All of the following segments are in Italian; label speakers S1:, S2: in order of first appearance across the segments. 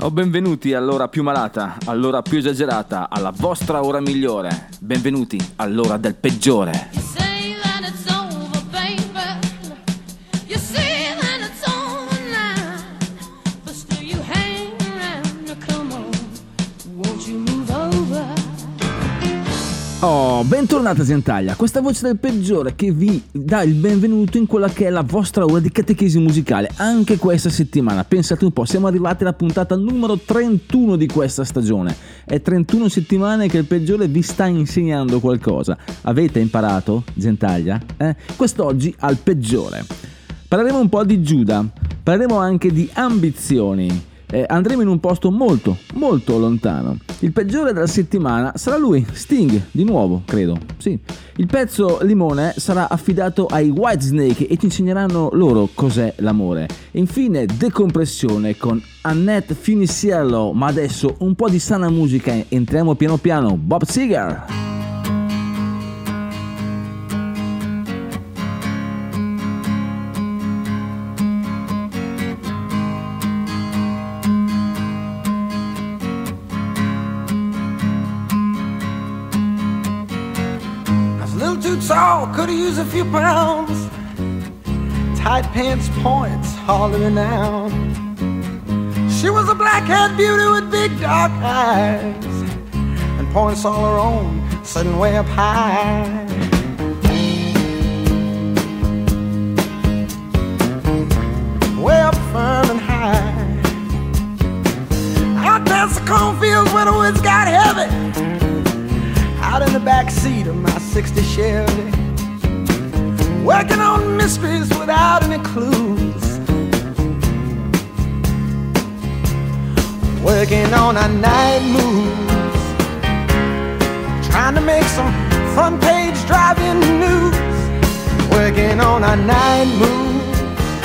S1: O benvenuti all'ora più malata, all'ora più esagerata, alla vostra ora migliore. Benvenuti all'ora del peggiore. Oh, bentornata Gentaglia, questa voce del peggiore che vi dà il benvenuto in quella che è la vostra ora di catechesi musicale anche questa settimana. Pensate un po', siamo arrivati alla puntata numero 31 di questa stagione. È 31 settimane che il peggiore vi sta insegnando qualcosa. Avete imparato, Gentaglia? Quest'oggi al peggiore. Parleremo un po' di Giuda, parleremo anche di ambizioni. Andremo in un posto molto, molto lontano. Il peggiore della settimana sarà lui, Sting, di nuovo, credo. Sì. Il pezzo Limone sarà affidato ai Whitesnake e ci insegneranno loro cos'è l'amore. E infine decompressione con Annette Funicello, ma adesso un po' di sana musica, entriamo piano piano. Bob Seger.
S2: Tall, could've used a few pounds. Tight pants points, hardly renowned. She was a black-haired beauty with big dark eyes and points all her own, sitting way up high. Way up firm and high. Out past the cornfields where the woods got heavy. Out in the back seat of my 60 Chevy, working on mysteries without any clues, working on our night moves, trying to make some front page driving news, working on our night moves.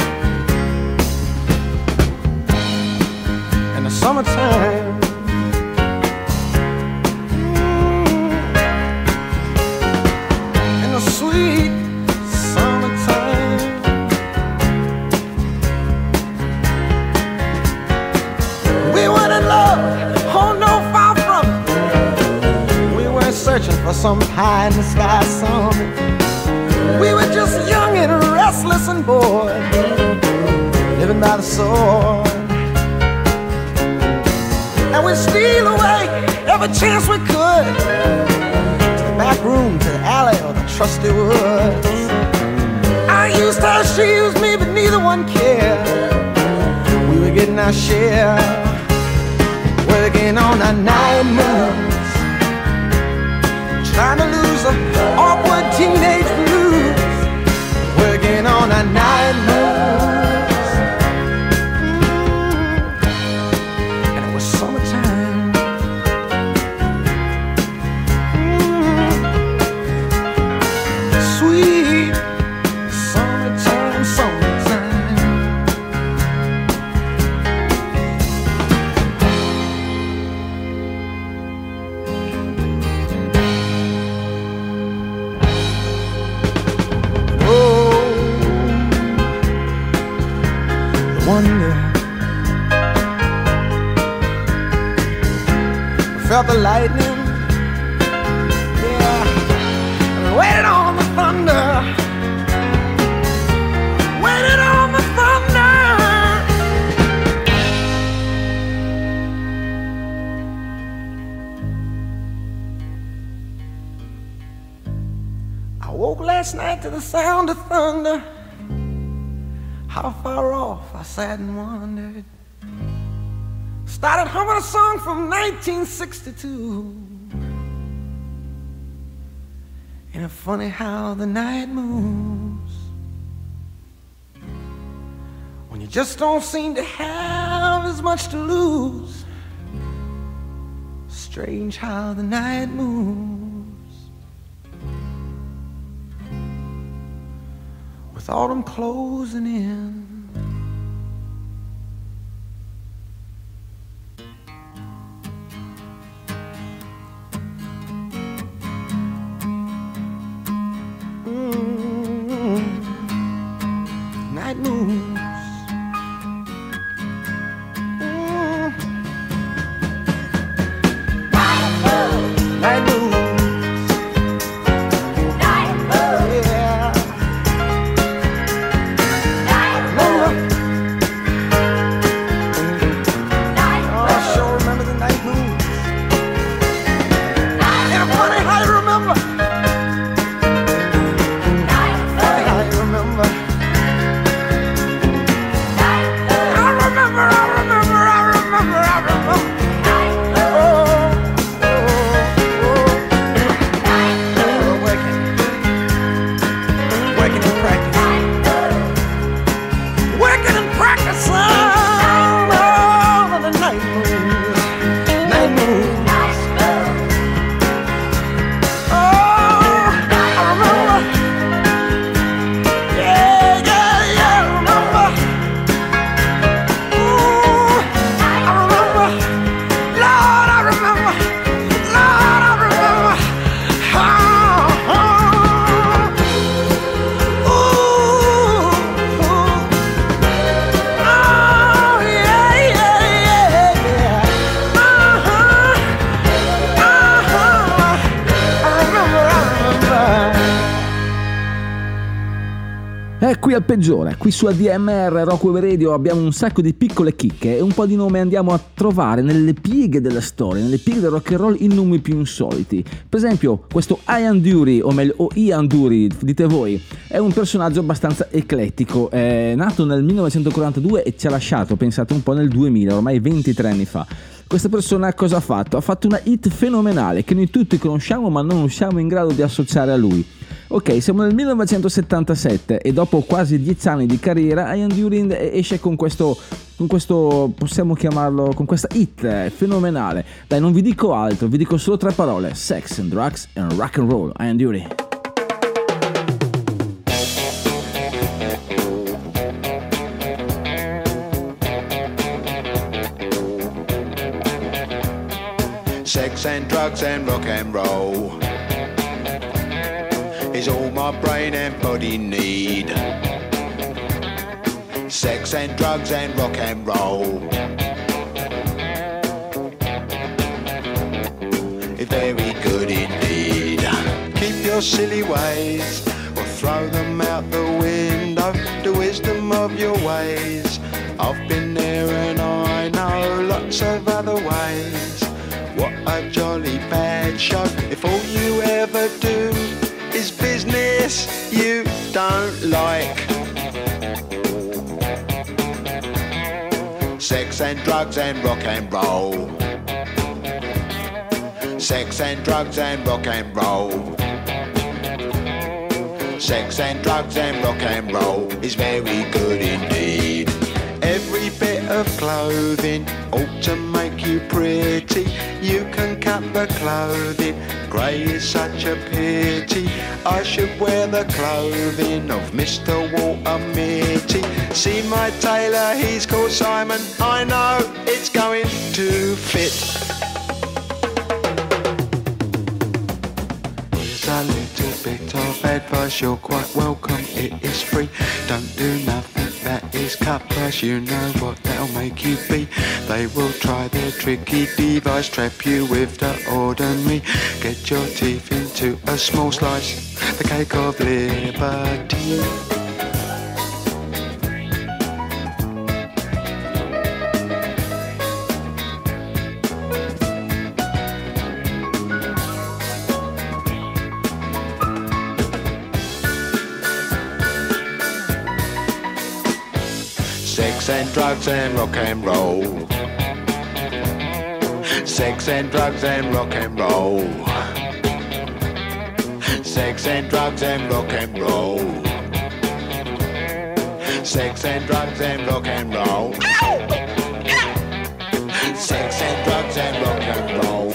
S2: In the summertime, sweet summertime, we weren't in love, oh no, far from it. We weren't searching for some pie in the sky summit. We were just young and restless and bored, living by the sword. And we'd steal away every chance we could, back room, to the alley or the trusty woods. I used her, she used me, but neither one cared. We were getting our share, working on our night moves, trying to lose the awkward teenage blues, working on our night moves. And it was summertime. Sweet summertime, summertime. Oh, the wonder. I felt the lightning. Waited on the thunder, waited on the thunder. I woke last night to the sound of thunder. How far off I sat and wondered. Started humming a song from 1962. And it's funny how the night moves when you just don't seem to have as much to lose. Strange how the night moves with autumn closing in. Night moves
S1: Qui al peggiore, qui su ADMR Rock Wave Radio abbiamo un sacco di piccole chicche e un po' di nome andiamo a trovare nelle pieghe della storia, nelle pieghe del rock and roll, i nomi più insoliti. Per esempio questo Ian Dury, o meglio Ian Dury, dite voi, è un personaggio abbastanza eclettico, è nato nel 1942 e ci ha lasciato, pensate un po', nel 2000, ormai 23 anni fa. Questa persona cosa ha fatto? Ha fatto una hit fenomenale che noi tutti conosciamo ma non siamo in grado di associare a lui. Ok, siamo nel 1977 e dopo quasi 10 anni di carriera Ian Dury esce con questo, possiamo chiamarlo, con questa hit fenomenale. Dai, non vi dico altro, vi dico solo 3 parole: Sex and Drugs and Rock and Roll. Ian Dury.
S3: Sex and drugs and rock and roll is all my brain and body need. Sex and drugs and rock and roll is very good indeed. Keep your silly ways or throw them out the window. The wisdom of your ways, I've been there and I know lots of other ways. What a jolly bad show if all you ever do is business you don't like. Sex and drugs and rock and roll. Sex and drugs and rock and roll. Sex and drugs and rock and roll is very good indeed. Every bit of clothing ought to make you pretty. You can cut the clothing, grey is such a pity. I should wear the clothing of Mr. Walter Mitty. See my tailor, he's called Simon. I know it's going to fit. Here's a little bit of advice, you're quite welcome, it is free. Don't do nothing that is cut price, you know what that'll make you be. They will try their tricky device, trap you with the ordinary. Get your teeth into a small slice, the cake of liberty. Sex and drugs and rock and roll. Sex and drugs and rock and roll. Sex and drugs and rock and roll. Sex and drugs and rock and roll. Sex and drugs and rock and roll.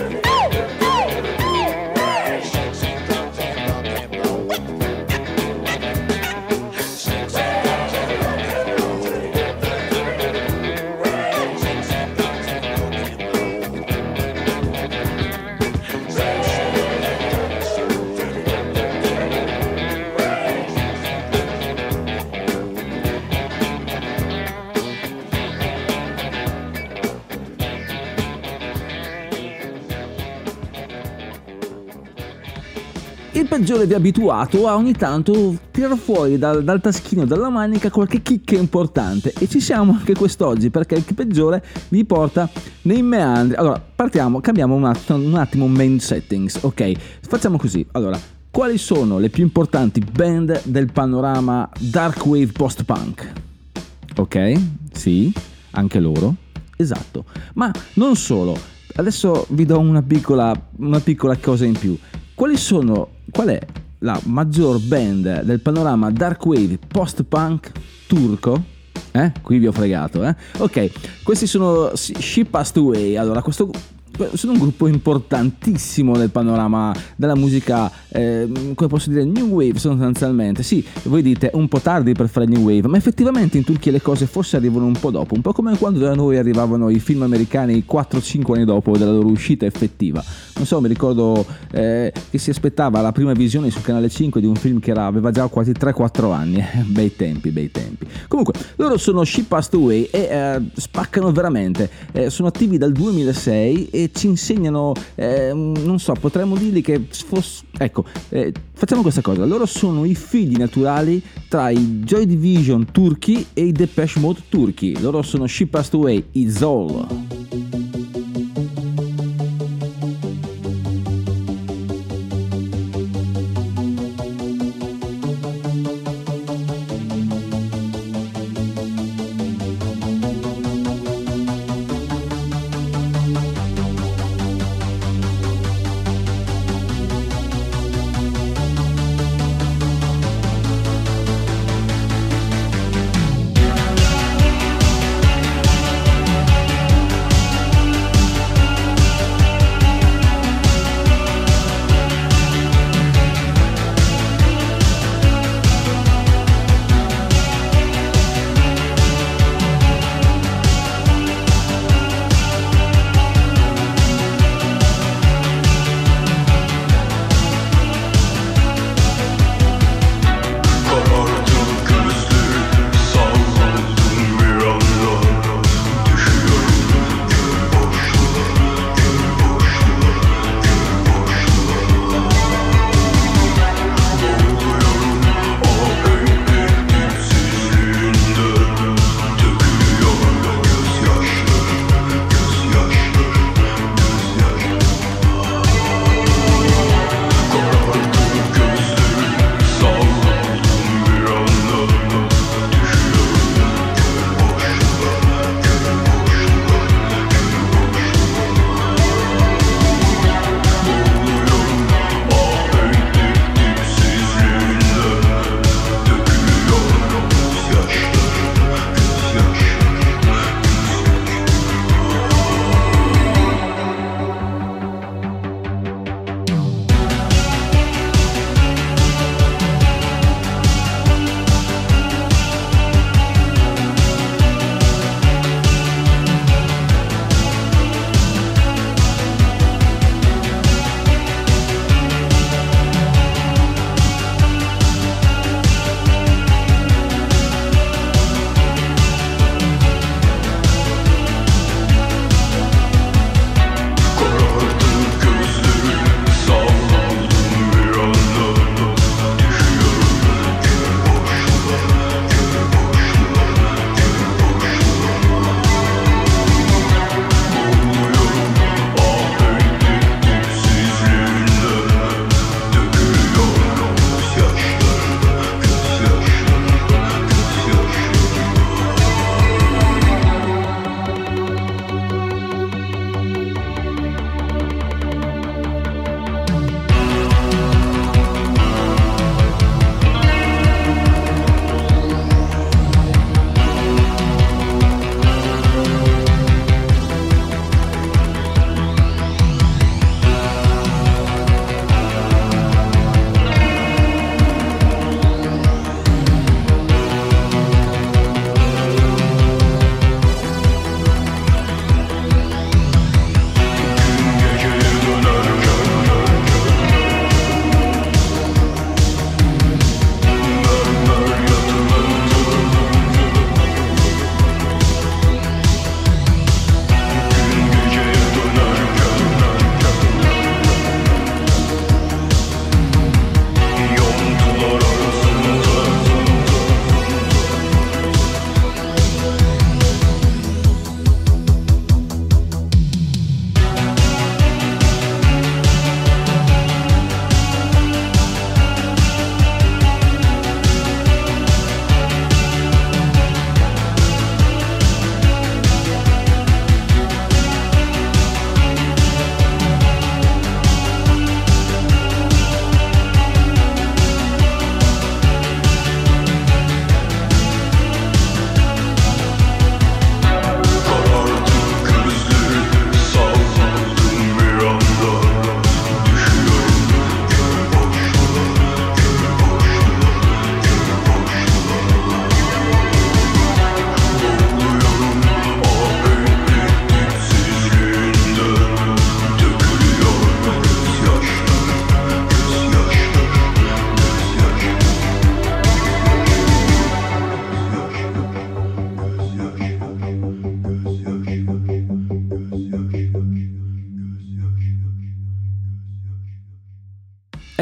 S1: Il peggiore vi ha abituato a ogni tanto tirare fuori dal taschino, dalla manica, qualche chicca importante, e ci siamo anche quest'oggi perché il peggiore vi porta nei meandri. Allora, cambiamo un attimo main settings, ok? Facciamo così, allora, quali sono le più importanti band del panorama dark wave post-punk? Ok, sì, anche loro, esatto, ma non solo, adesso vi do una piccola cosa in più. Qual è la maggior band del panorama dark wave post-punk turco? Qui vi ho fregato, Ok, questi sono She Passed Away. Allora, sono un gruppo importantissimo nel panorama della musica, come posso dire, new wave sostanzialmente. Sì, voi dite un po' tardi per fare new wave, ma effettivamente in Turchia le cose forse arrivano un po' dopo, un po' come quando da noi arrivavano i film americani 4-5 anni dopo della loro uscita effettiva. Non so, mi ricordo che si aspettava la prima visione sul canale 5 di un film che aveva già quasi 3-4 anni. Bei tempi. Comunque, loro sono She Passed Away e spaccano veramente. Sono attivi dal 2006 e che ci insegnano, non so, potremmo dirli che facciamo questa cosa. Loro sono i figli naturali tra i Joy Division turchi e i Depeche Mode turchi. Loro sono She Passed Away, It's All.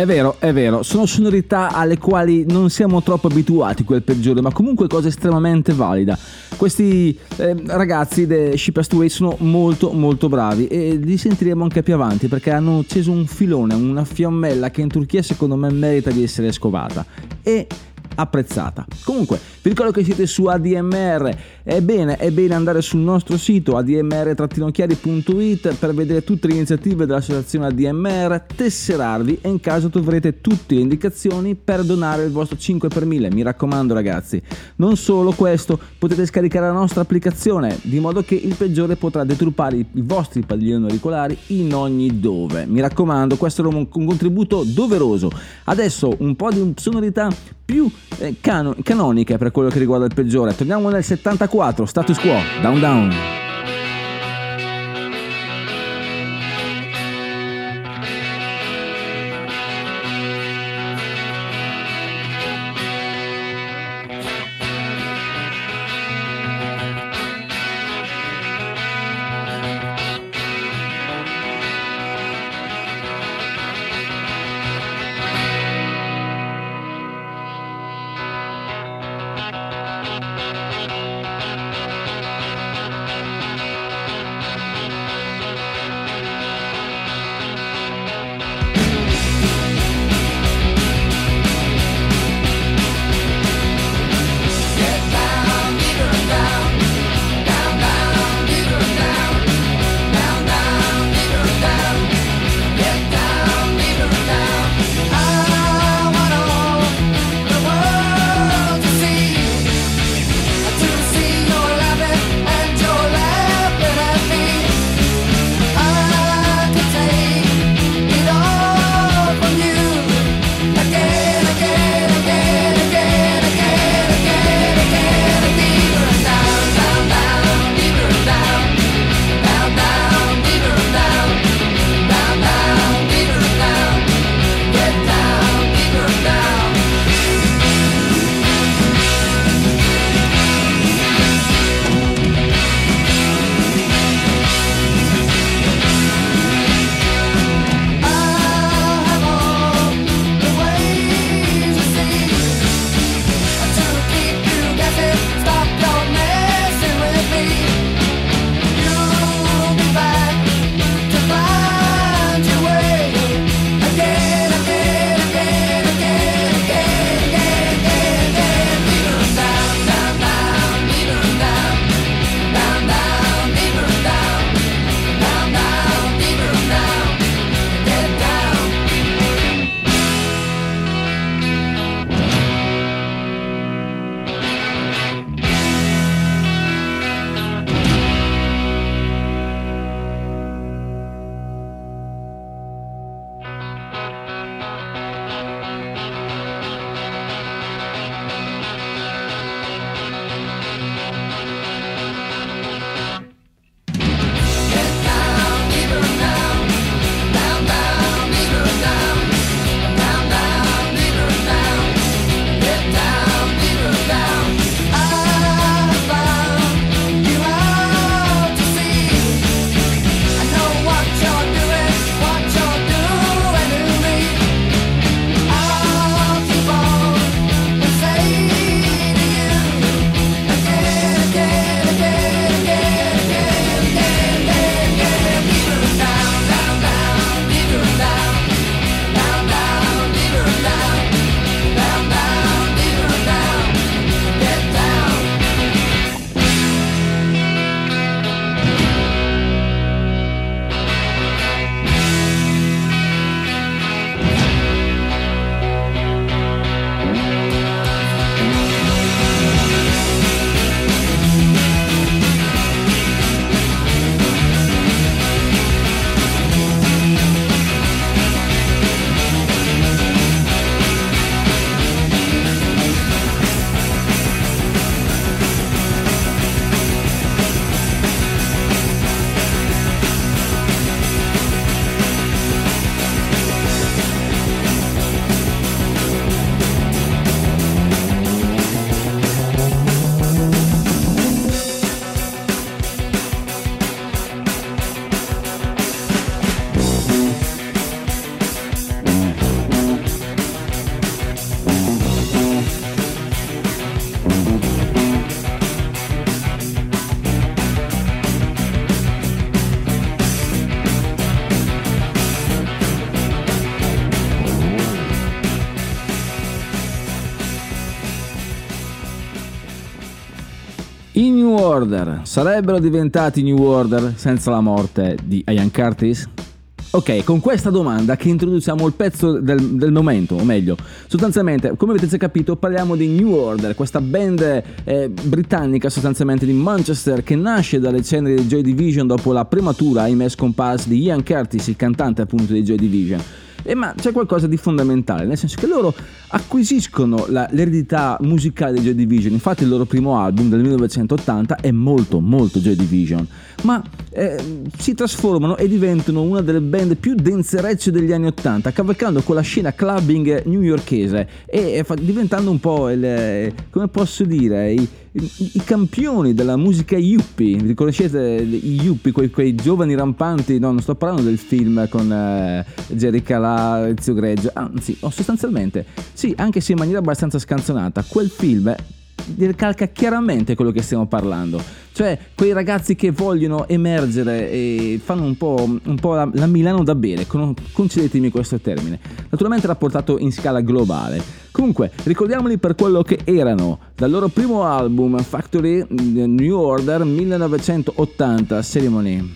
S1: È vero, sono sonorità alle quali non siamo troppo abituati quel peggiore, ma comunque cosa estremamente valida. Questi ragazzi dei Ship Away sono molto molto bravi e li sentiremo anche più avanti perché hanno acceso un filone, una fiammella che in Turchia secondo me merita di essere scovata e apprezzata. Comunque vi ricordo che siete su ADMR, è bene andare sul nostro sito admr-chiari.it per vedere tutte le iniziative dell'associazione ADMR, tesserarvi e in caso troverete tutte le indicazioni per donare il vostro 5 per 1000. Mi raccomando ragazzi, non solo questo, potete scaricare la nostra applicazione di modo che il peggiore potrà deturpare i vostri padiglioni auricolari in ogni dove. Mi raccomando, questo è un contributo doveroso. Adesso un po' di sonorità più canoniche per quello che riguarda il peggiore. Torniamo nel 74, Status Quo, Down Down. New Order sarebbero diventati New Order senza la morte di Ian Curtis? Ok, con questa domanda che introduciamo il pezzo del momento, o meglio, sostanzialmente, come avete capito, parliamo di New Order, questa band britannica sostanzialmente di Manchester che nasce dalle ceneri di Joy Division dopo la prematura, ahimè, scomparsa di Ian Curtis, il cantante appunto di Joy Division. Ma c'è qualcosa di fondamentale, nel senso che loro acquisiscono l'eredità musicale di Joy Division. Infatti il loro primo album del 1980 è molto molto Joy Division, ma si trasformano e diventano una delle band più denserecce degli anni 80, cavalcando con la scena clubbing newyorkese e diventando un po' come posso dire, i campioni della musica yuppie. Vi conoscete i yuppie, quei giovani rampanti? No, non sto parlando del film con Jerry Calà, Ezio Greggio, anzi, sostanzialmente sì, anche se in maniera abbastanza scanzonata. Quel film ricalca chiaramente quello che stiamo parlando, cioè quei ragazzi che vogliono emergere e fanno un po' la Milano da bere, concedetemi questo termine, naturalmente rapportato in scala globale. Comunque ricordiamoli per quello che erano, dal loro primo album Factory, New Order 1980, Ceremony.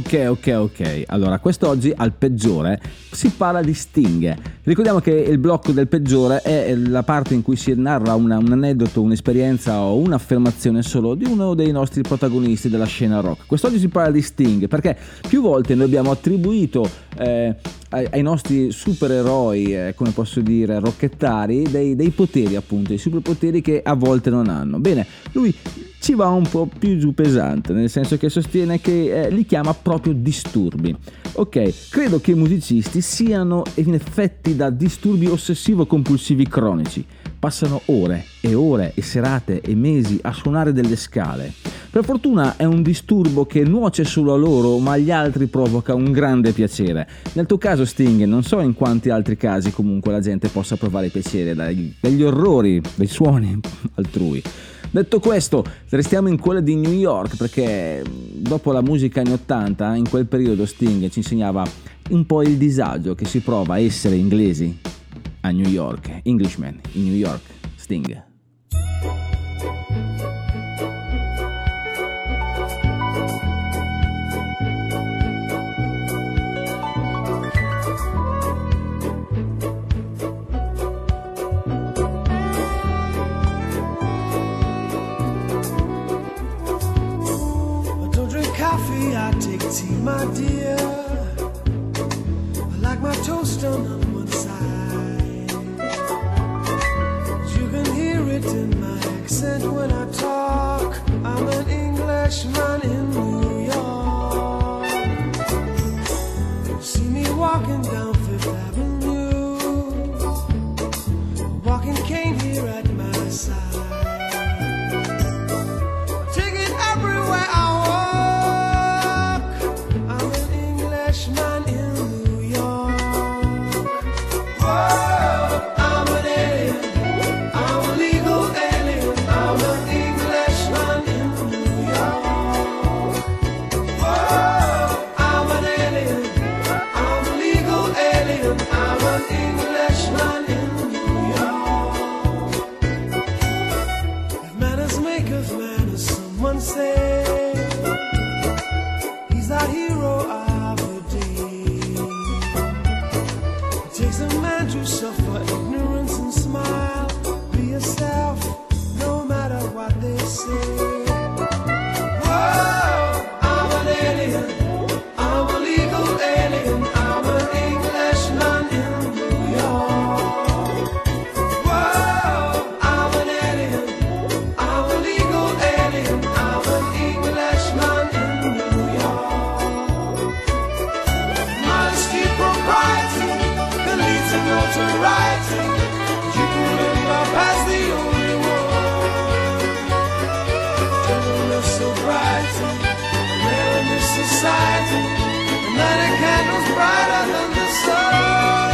S1: Ok. Allora, quest'oggi al peggiore si parla di Sting. Ricordiamo che il blocco del peggiore è la parte in cui si narra un aneddoto, un'esperienza o un'affermazione solo di uno dei nostri protagonisti della scena rock. Quest'oggi si parla di Sting perché più volte noi abbiamo attribuito ai nostri supereroi, come posso dire, rockettari, dei poteri, appunto, dei superpoteri che a volte non hanno. Bene, lui ci va un po' più giù pesante, nel senso che sostiene che li chiama proprio disturbi. Ok, credo che i musicisti siano in effetti da disturbi ossessivo-compulsivi cronici. Passano ore e serate e mesi a suonare delle scale. Per fortuna è un disturbo che nuoce solo a loro, ma agli altri provoca un grande piacere. Nel tuo caso, Sting, non so in quanti altri casi comunque la gente possa provare piacere dagli orrori, dai suoni altrui. Detto questo, restiamo in quella di New York, perché dopo la musica anni 80, in quel periodo Sting ci insegnava un po' il disagio che si prova a essere inglesi a New York. Englishman in New York, Sting.
S2: I take tea, my dear. I like my toast done on one side. You can hear it in my accent when I talk. I'm an Englishman in New York. See me walking down Fifth Avenue, walking cane here at my side. Take it everywhere I man in New York. Whoa, I'm an alien, I'm a legal alien, I'm an Englishman in New York. Whoa, I'm an alien, I'm a legal alien, I'm an Englishman in New York. If manners make of manners, someone say, he's our hero. To suffer ignorance and smile. Be yourself, no matter what they say. Whoa, I'm an alien, I'm a legal alien, I'm an Englishman in New York. Whoa, I'm an alien, I'm a legal alien, I'm an Englishman in New York. Modesty, propriety, notoriety, you can remember past the only one. Gentleness, sobriety, rare in this society, and lighting candles brighter than the sun.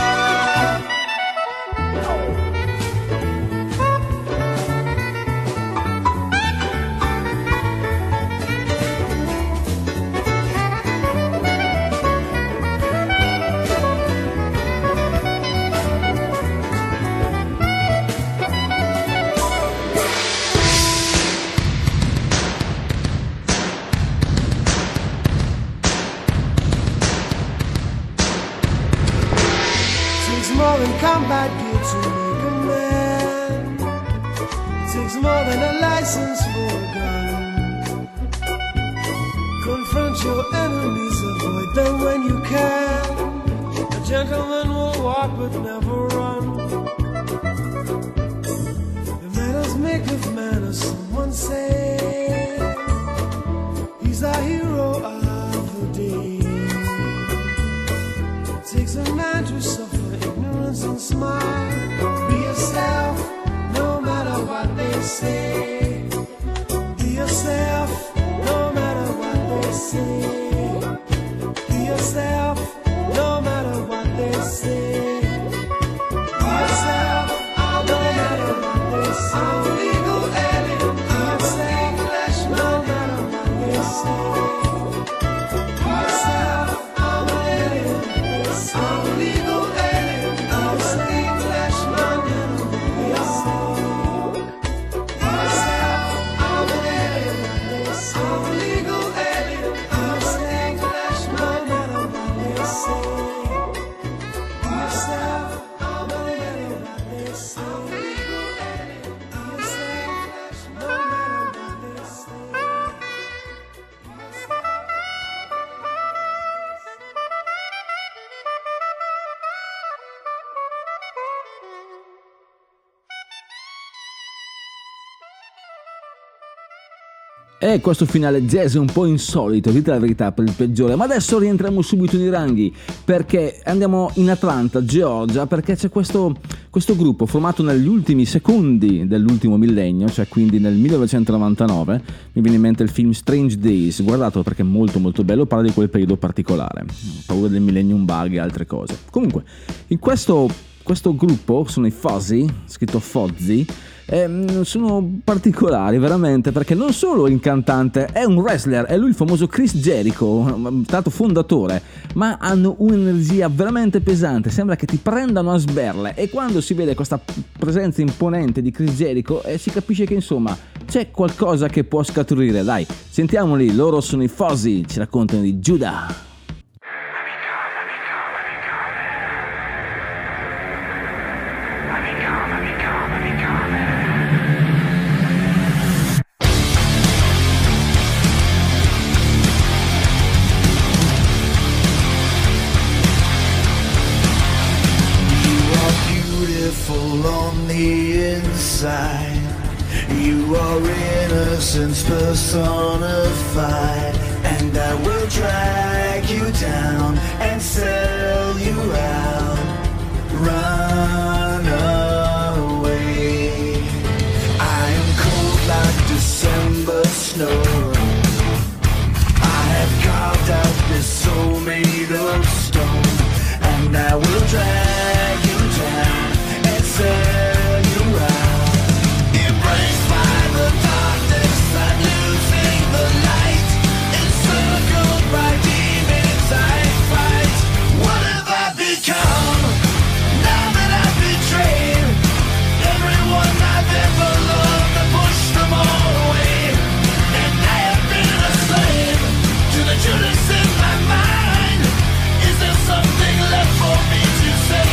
S2: More than combat gear to make a man. It takes more than a license for a gun. Confront your enemies, avoid them when you can. A gentleman will walk but never run. The manners make of manners, someone say. He's our hero of the day. It takes a man to suffer and smile. Be yourself, no matter what they say. Be yourself, no matter what they say. Be yourself, no matter what they say. Be yourself, no matter what they say. I'm a legal alien, I'm an Englishman, no matter what they say. Be yourself, I'm an alien, I'm a legal alien.
S1: E questo finale jazz è un po' insolito, dite la verità, per il peggiore. Ma adesso rientriamo subito nei ranghi, perché andiamo in Atlanta, Georgia, perché c'è questo gruppo formato negli ultimi secondi dell'ultimo millennio, cioè quindi nel 1999. Mi viene in mente il film Strange Days, guardatelo perché è molto molto bello, parla di quel periodo particolare, paura del millennium bug e altre cose. Comunque, in questo gruppo sono i Fuzzy, scritto Fozzy. Sono particolari veramente, perché non solo il cantante è un wrestler, è lui il famoso Chris Jericho, stato fondatore, ma hanno un'energia veramente pesante, sembra che ti prendano a sberle, e quando si vede questa presenza imponente di Chris Jericho si capisce che insomma c'è qualcosa che può scaturire. Dai, sentiamoli, loro sono i Fozzy, ci raccontano di Judah.
S4: On the inside, you are innocence personified, and I will drag you down and sell you out. Run away. I am cold like December snow. I have carved out this soul made of stone, and I will drag you down. Sell you out. Embraced by the darkness, I'm losing the light. Encircled by demons I fight. What have I become now that I've betrayed everyone I've ever loved? I pushed them all away, and I have been a slave to the Judas in my mind. Is there something left for me to say?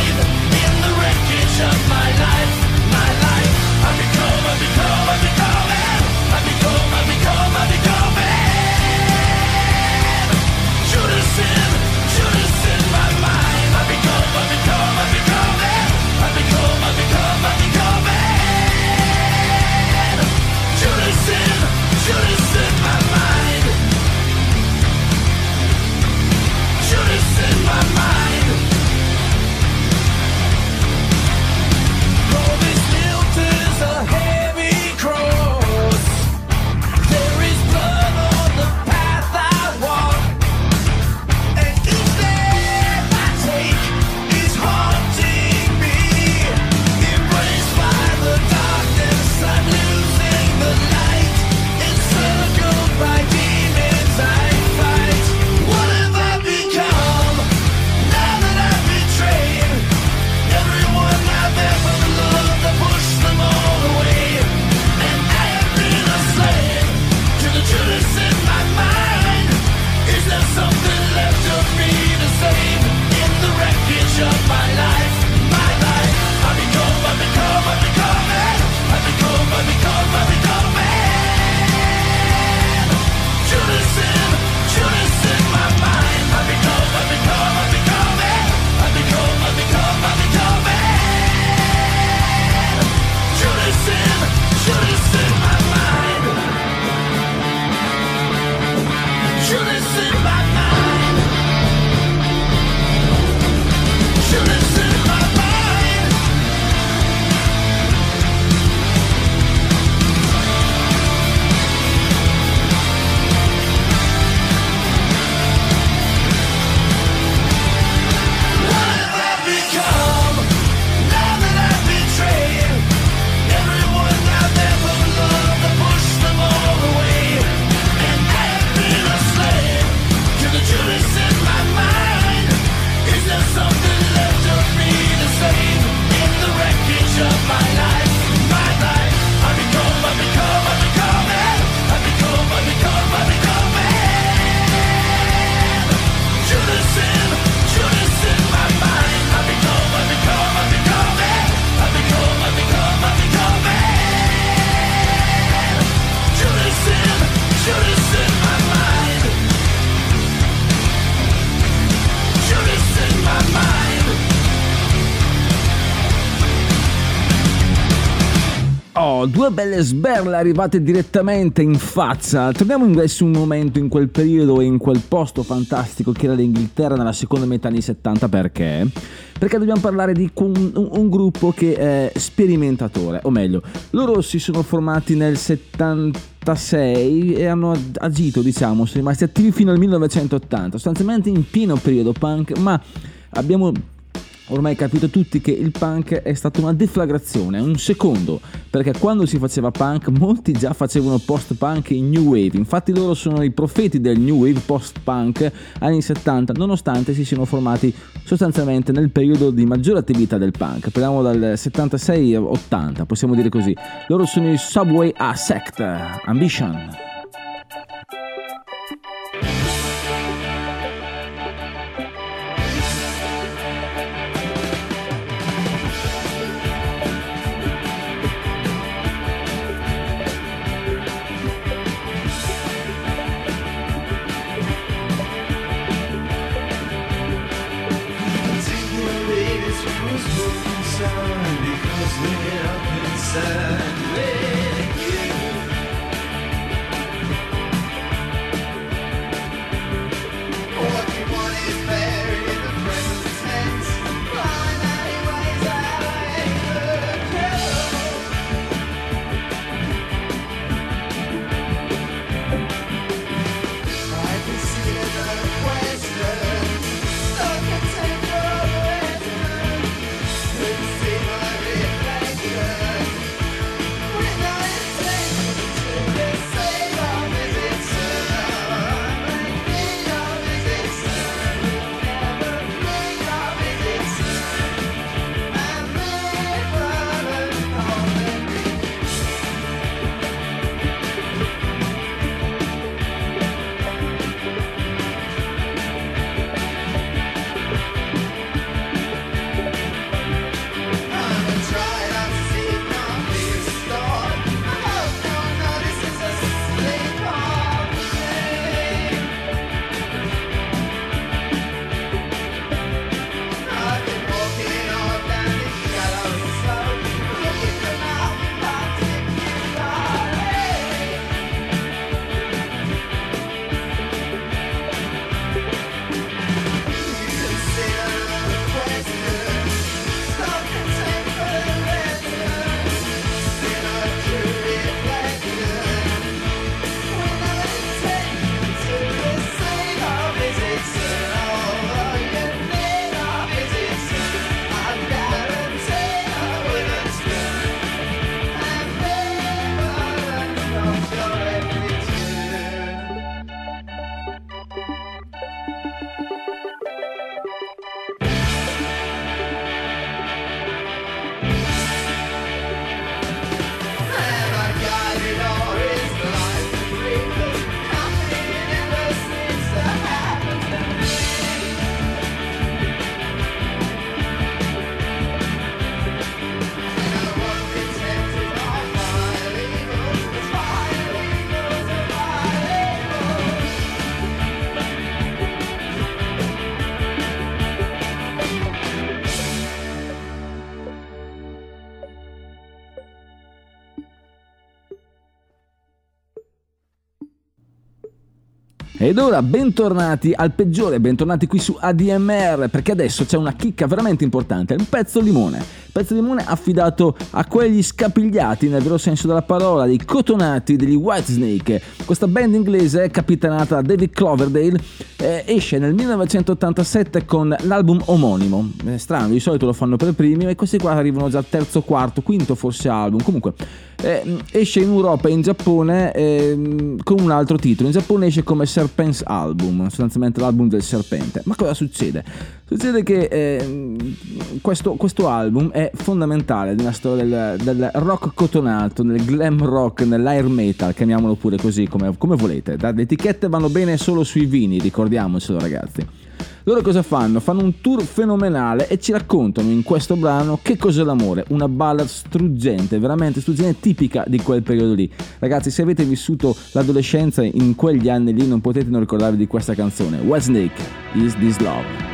S1: due belle sberle arrivate direttamente in faccia. Torniamo invece un momento in quel periodo e in quel posto fantastico che era l'Inghilterra nella seconda metà anni 70. Perché? Perché dobbiamo parlare di un gruppo che è sperimentatore, o meglio, loro si sono formati nel 76 e hanno agito, diciamo, sono rimasti attivi fino al 1980, sostanzialmente in pieno periodo punk, ma abbiamo ormai capito tutti che il punk è stata una deflagrazione, un secondo, perché quando si faceva punk molti già facevano post-punk e new wave, infatti loro sono i profeti del new wave post-punk anni 70, nonostante si siano formati sostanzialmente nel periodo di maggiore attività del punk, parliamo dal 76 80, possiamo dire così. Loro sono i Subway a Sect, Ambition. Ed ora bentornati al peggiore, bentornati qui su ADMR, perché adesso c'è una chicca veramente importante, un pezzo limone affidato a quegli scapigliati nel vero senso della parola, dei cotonati degli Whitesnake. Questa band inglese è capitanata da David Coverdale, esce nel 1987 con l'album omonimo, strano, di solito lo fanno per primi, ma questi qua arrivano già al terzo, quarto, quinto forse album, comunque esce in Europa e in Giappone con un altro titolo. In Giappone esce come Serpent's Album, sostanzialmente l'album del serpente. Ma cosa succede? Succede che questo album è fondamentale nella storia del rock cotonato, nel glam rock, nell'air metal, chiamiamolo pure così, come volete. Le etichette vanno bene solo sui vini, ricordiamocelo ragazzi. Loro cosa fanno? Fanno un tour fenomenale e ci raccontano in questo brano che cos'è l'amore, una ballad struggente, veramente struggente, tipica di quel periodo lì. Ragazzi, se avete vissuto l'adolescenza in quegli anni lì non potete non ricordarvi di questa canzone. Whitesnake, Is This Love?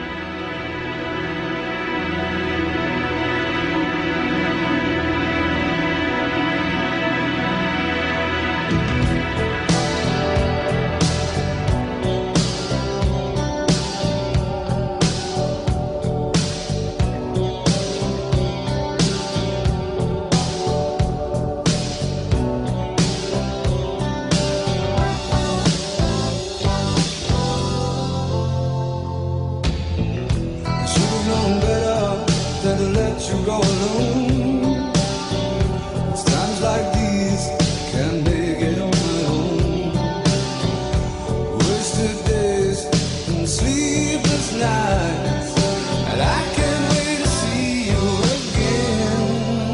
S4: to go alone. It's times like these I can't make it on my own. Wasted days and sleepless nights, and I can't wait to see you again.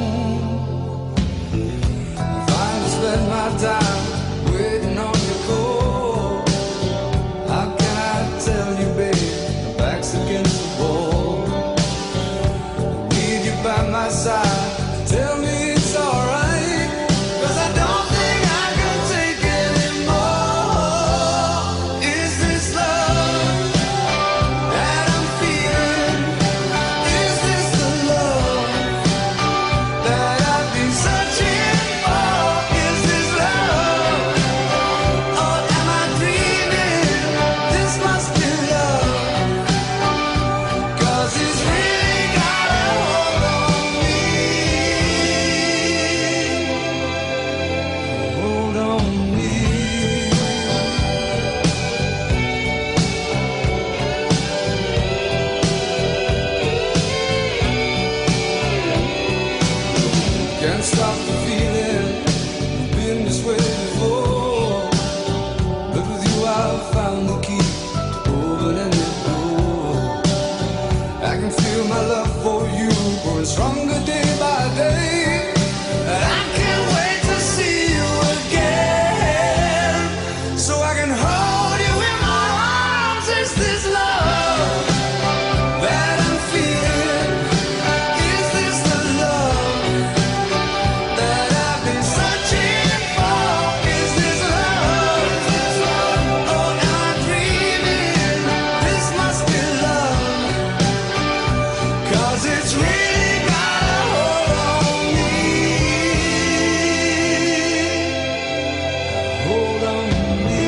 S4: If I spend my time waiting on your call, how can I tell you, babe, the back's against the wall? I need you by my side, tell me it's alright, 'cause I don't think I can take anymore. Is this love that I'm feeling? Is this the love that I've been searching for? Is this love, or am I dreaming? This must be love, 'cause it's really got a hold on me. Hold on me. Can't stop the feeling, I've been this way before, but with you I've found the key to open any door. I can feel my love for you growing stronger day by day, and I can't wait to see you again, so I can hold you in my arms. Is this love that I'm feeling? Is this the love that I've been searching for? Is this love, or am I dreaming? This must be love, 'cause it's really got a hold on me. Hold on me.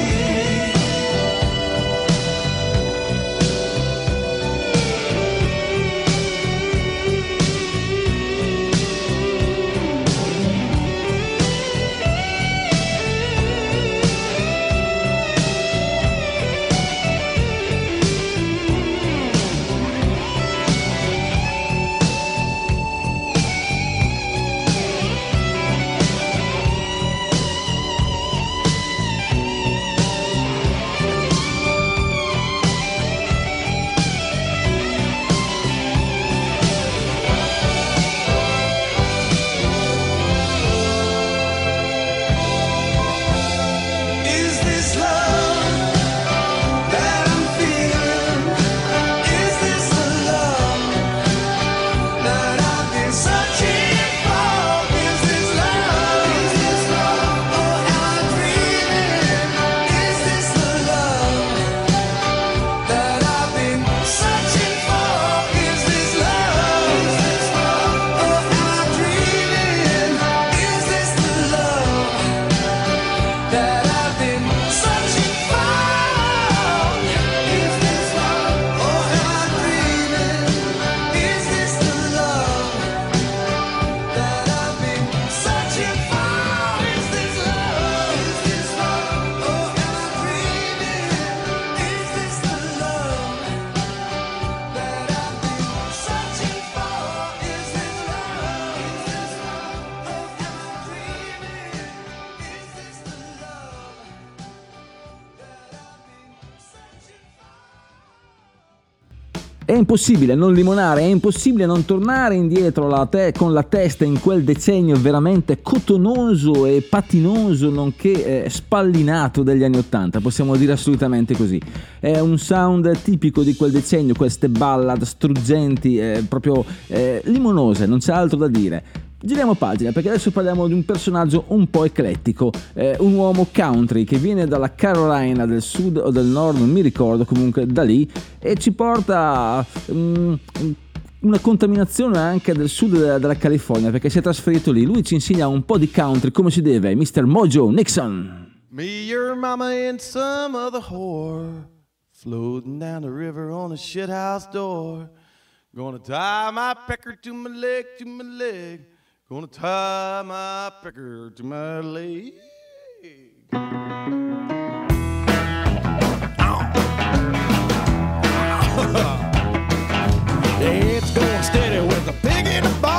S4: Is this love that I'm feeling? Is this the love that I've been searching for? Is this love, or am I dreaming? Is this the love that I've been searching for? Is this love, or am I dreaming? Is this the love that I've been searching for? Is this love, or am I dreaming? Is this the love that I've been searching for? Is this love, or am I dreaming? Is this the love that I've been searching for? Is this love, or am I dreaming? Is this the love that I've been searching for?
S1: È impossibile non limonare, è impossibile non tornare indietro con la testa in quel decennio veramente cotonoso e patinoso, nonché spallinato degli anni '80, possiamo dire assolutamente così. È un sound tipico di quel decennio, queste ballad struggenti, proprio limonose, non c'è altro da dire. Giriamo pagina, perché adesso parliamo di un personaggio un po' eclettico, un uomo country che viene dalla Carolina del Sud o del Nord, non mi ricordo, comunque da lì, e ci porta una contaminazione anche del sud della California, perché si è trasferito lì. Lui ci insegna un po' di country come si deve, Mr. Mojo Nixon.
S2: Me, your mama, and some other whore floating down the river on a shithouse door. Gonna tie my pecker to my leg, to my leg. Gonna tie my pecker to my leg. It's going steady with the pig in the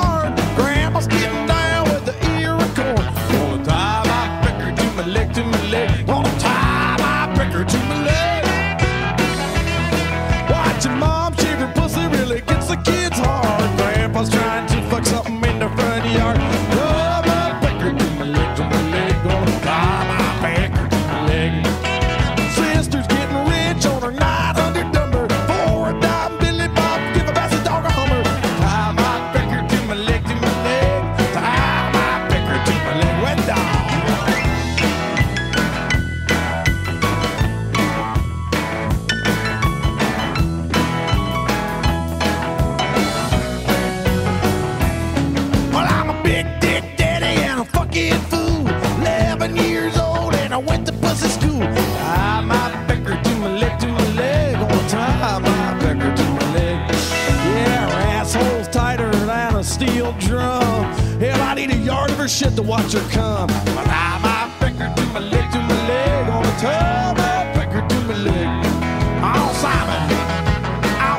S5: shit to watch her come. I tie my finger to my leg, on the tie my finger to my leg. Oh, Simon. Ow.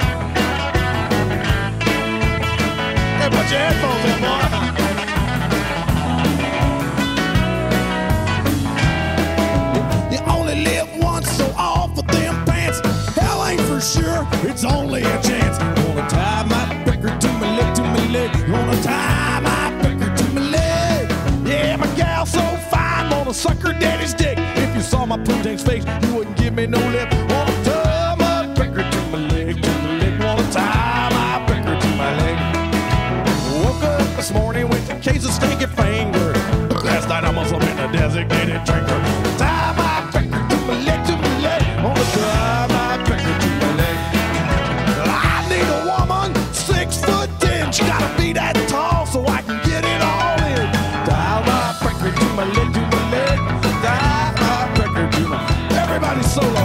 S5: Hey, put your headphones on, boy. You only live once, so off with them pants. Hell ain't for sure, it's only a chance. Gonna tie my finger to my leg, Gonna tie my finger to my leg. Yeah, my gal so fine, wanna suck her daddy's dick. If you saw my poontang's face, you wouldn't give me no lip. Wanna tie my finger to my leg, Wanna tie my finger to my leg. Woke up this morning with a case of stinky finger. Last night I must have been a designated drinker. Tie my finger to my leg, Wanna tie my finger to my leg. I need a woman 6'10". She gotta be that tall so I can get it all in. Tie my finger to my leg, tie my finger to my. Everybody solo.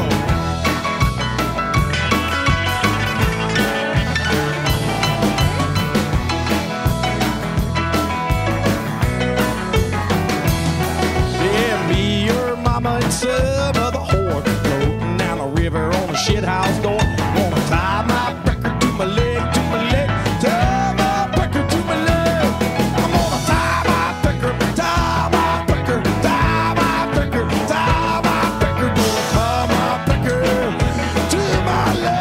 S5: Yeah, me, your mama, and some other whore floating down the river on a shithouse door. Wanna tie my finger to my leg, tie my finger to my leg. I'm gonna tie my finger, tie my finger, tie my finger, tie my finger, gonna tie my finger to my leg.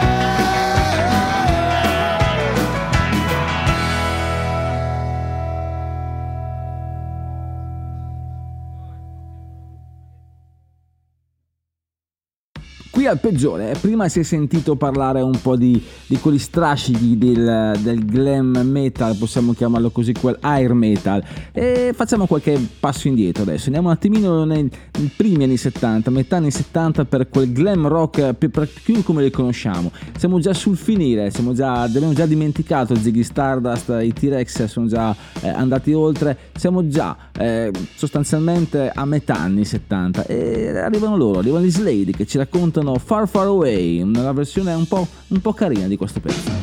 S1: Qui al peggiore, prima si è sentito parlare un po' di quegli strascichi del glam metal, possiamo chiamarlo così, quel air metal, e facciamo qualche passo indietro adesso, andiamo un attimino nei primi anni 70, metà anni 70 per quel glam rock più come li conosciamo. Siamo già sul finire, abbiamo già dimenticato Ziggy Stardust, i T-Rex sono già andati oltre, siamo già sostanzialmente a metà anni 70 e arrivano gli Slade che ci raccontano Far Far Away, una versione un po' carina di questo pezzo.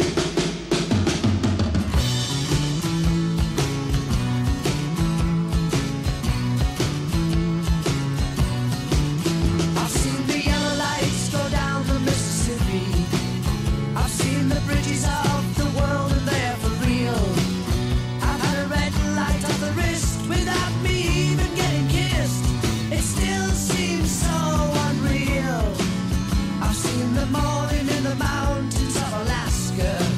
S6: Morning in the mountains of Alaska.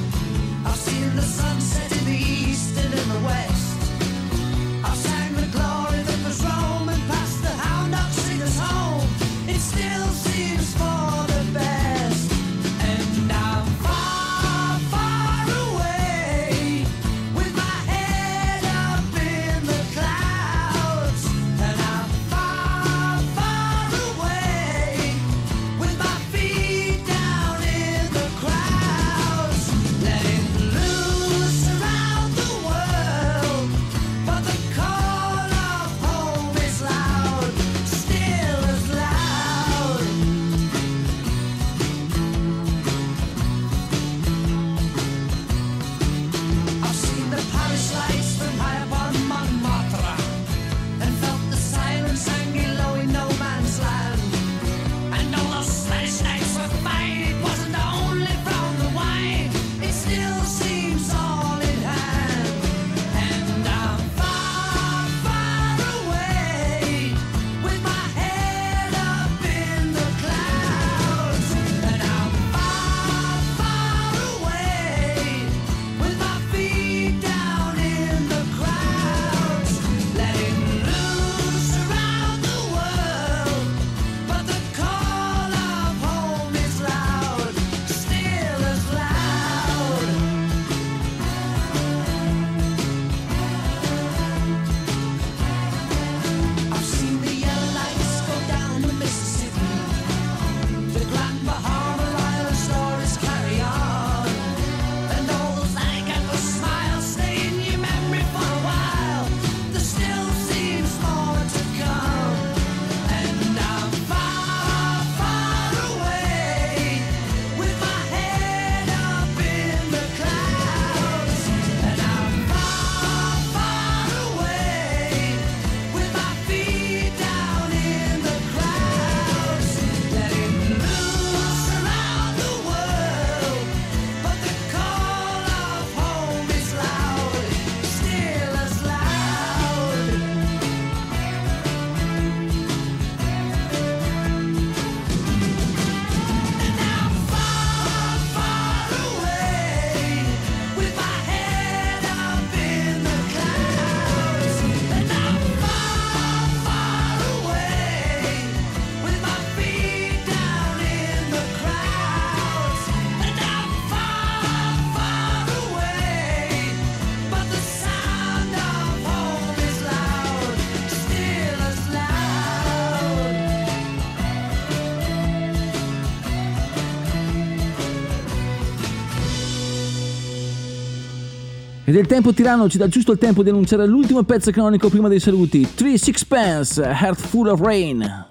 S1: Ed il tempo tiranno ci dà giusto il tempo di annunciare l'ultimo pezzo canonico prima dei saluti. 3 Sixpence, Heart Full of Rain.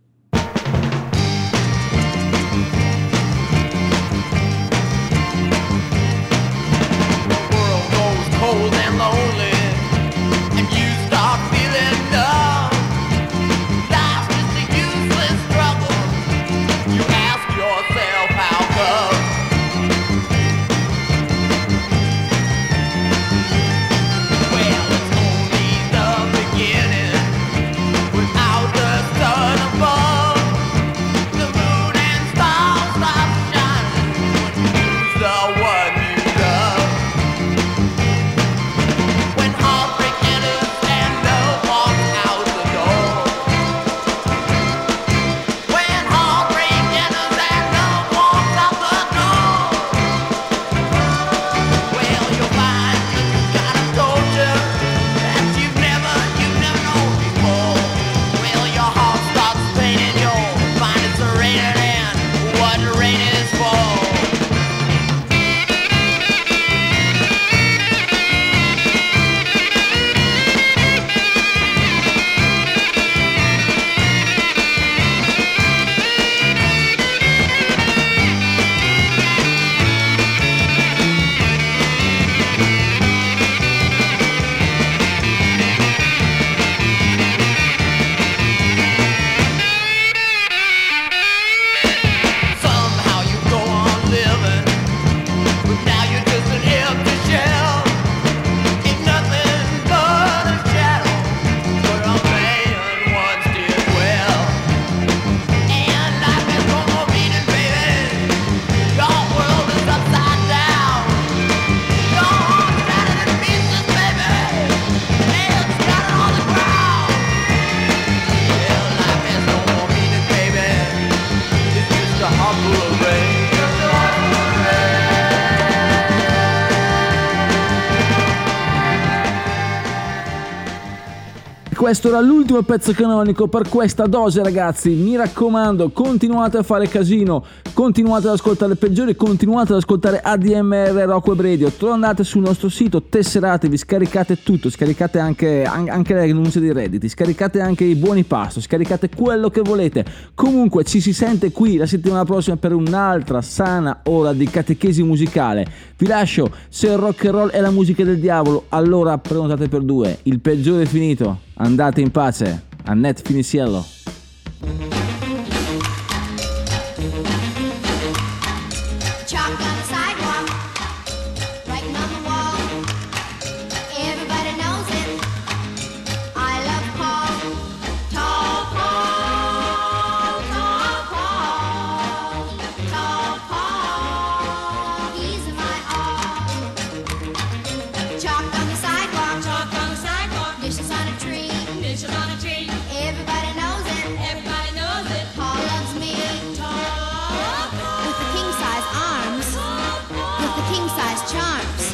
S1: Questo era l'ultimo pezzo canonico per questa dose, ragazzi. Mi raccomando, continuate a fare casino, continuate ad ascoltare il peggiore, continuate ad ascoltare ADMR Rock Web Radio. Tornate sul nostro sito, tesseratevi, scaricate tutto, scaricate anche le rinunce dei redditi, scaricate anche i buoni pasto, scaricate quello che volete. Comunque ci si sente qui la settimana prossima per un'altra sana ora di catechesi musicale. Vi lascio, se il rock and roll è la musica del diavolo, allora prenotate per 2. Il peggiore è finito. Andate in pace, Annette Finisiello.
S6: Charms.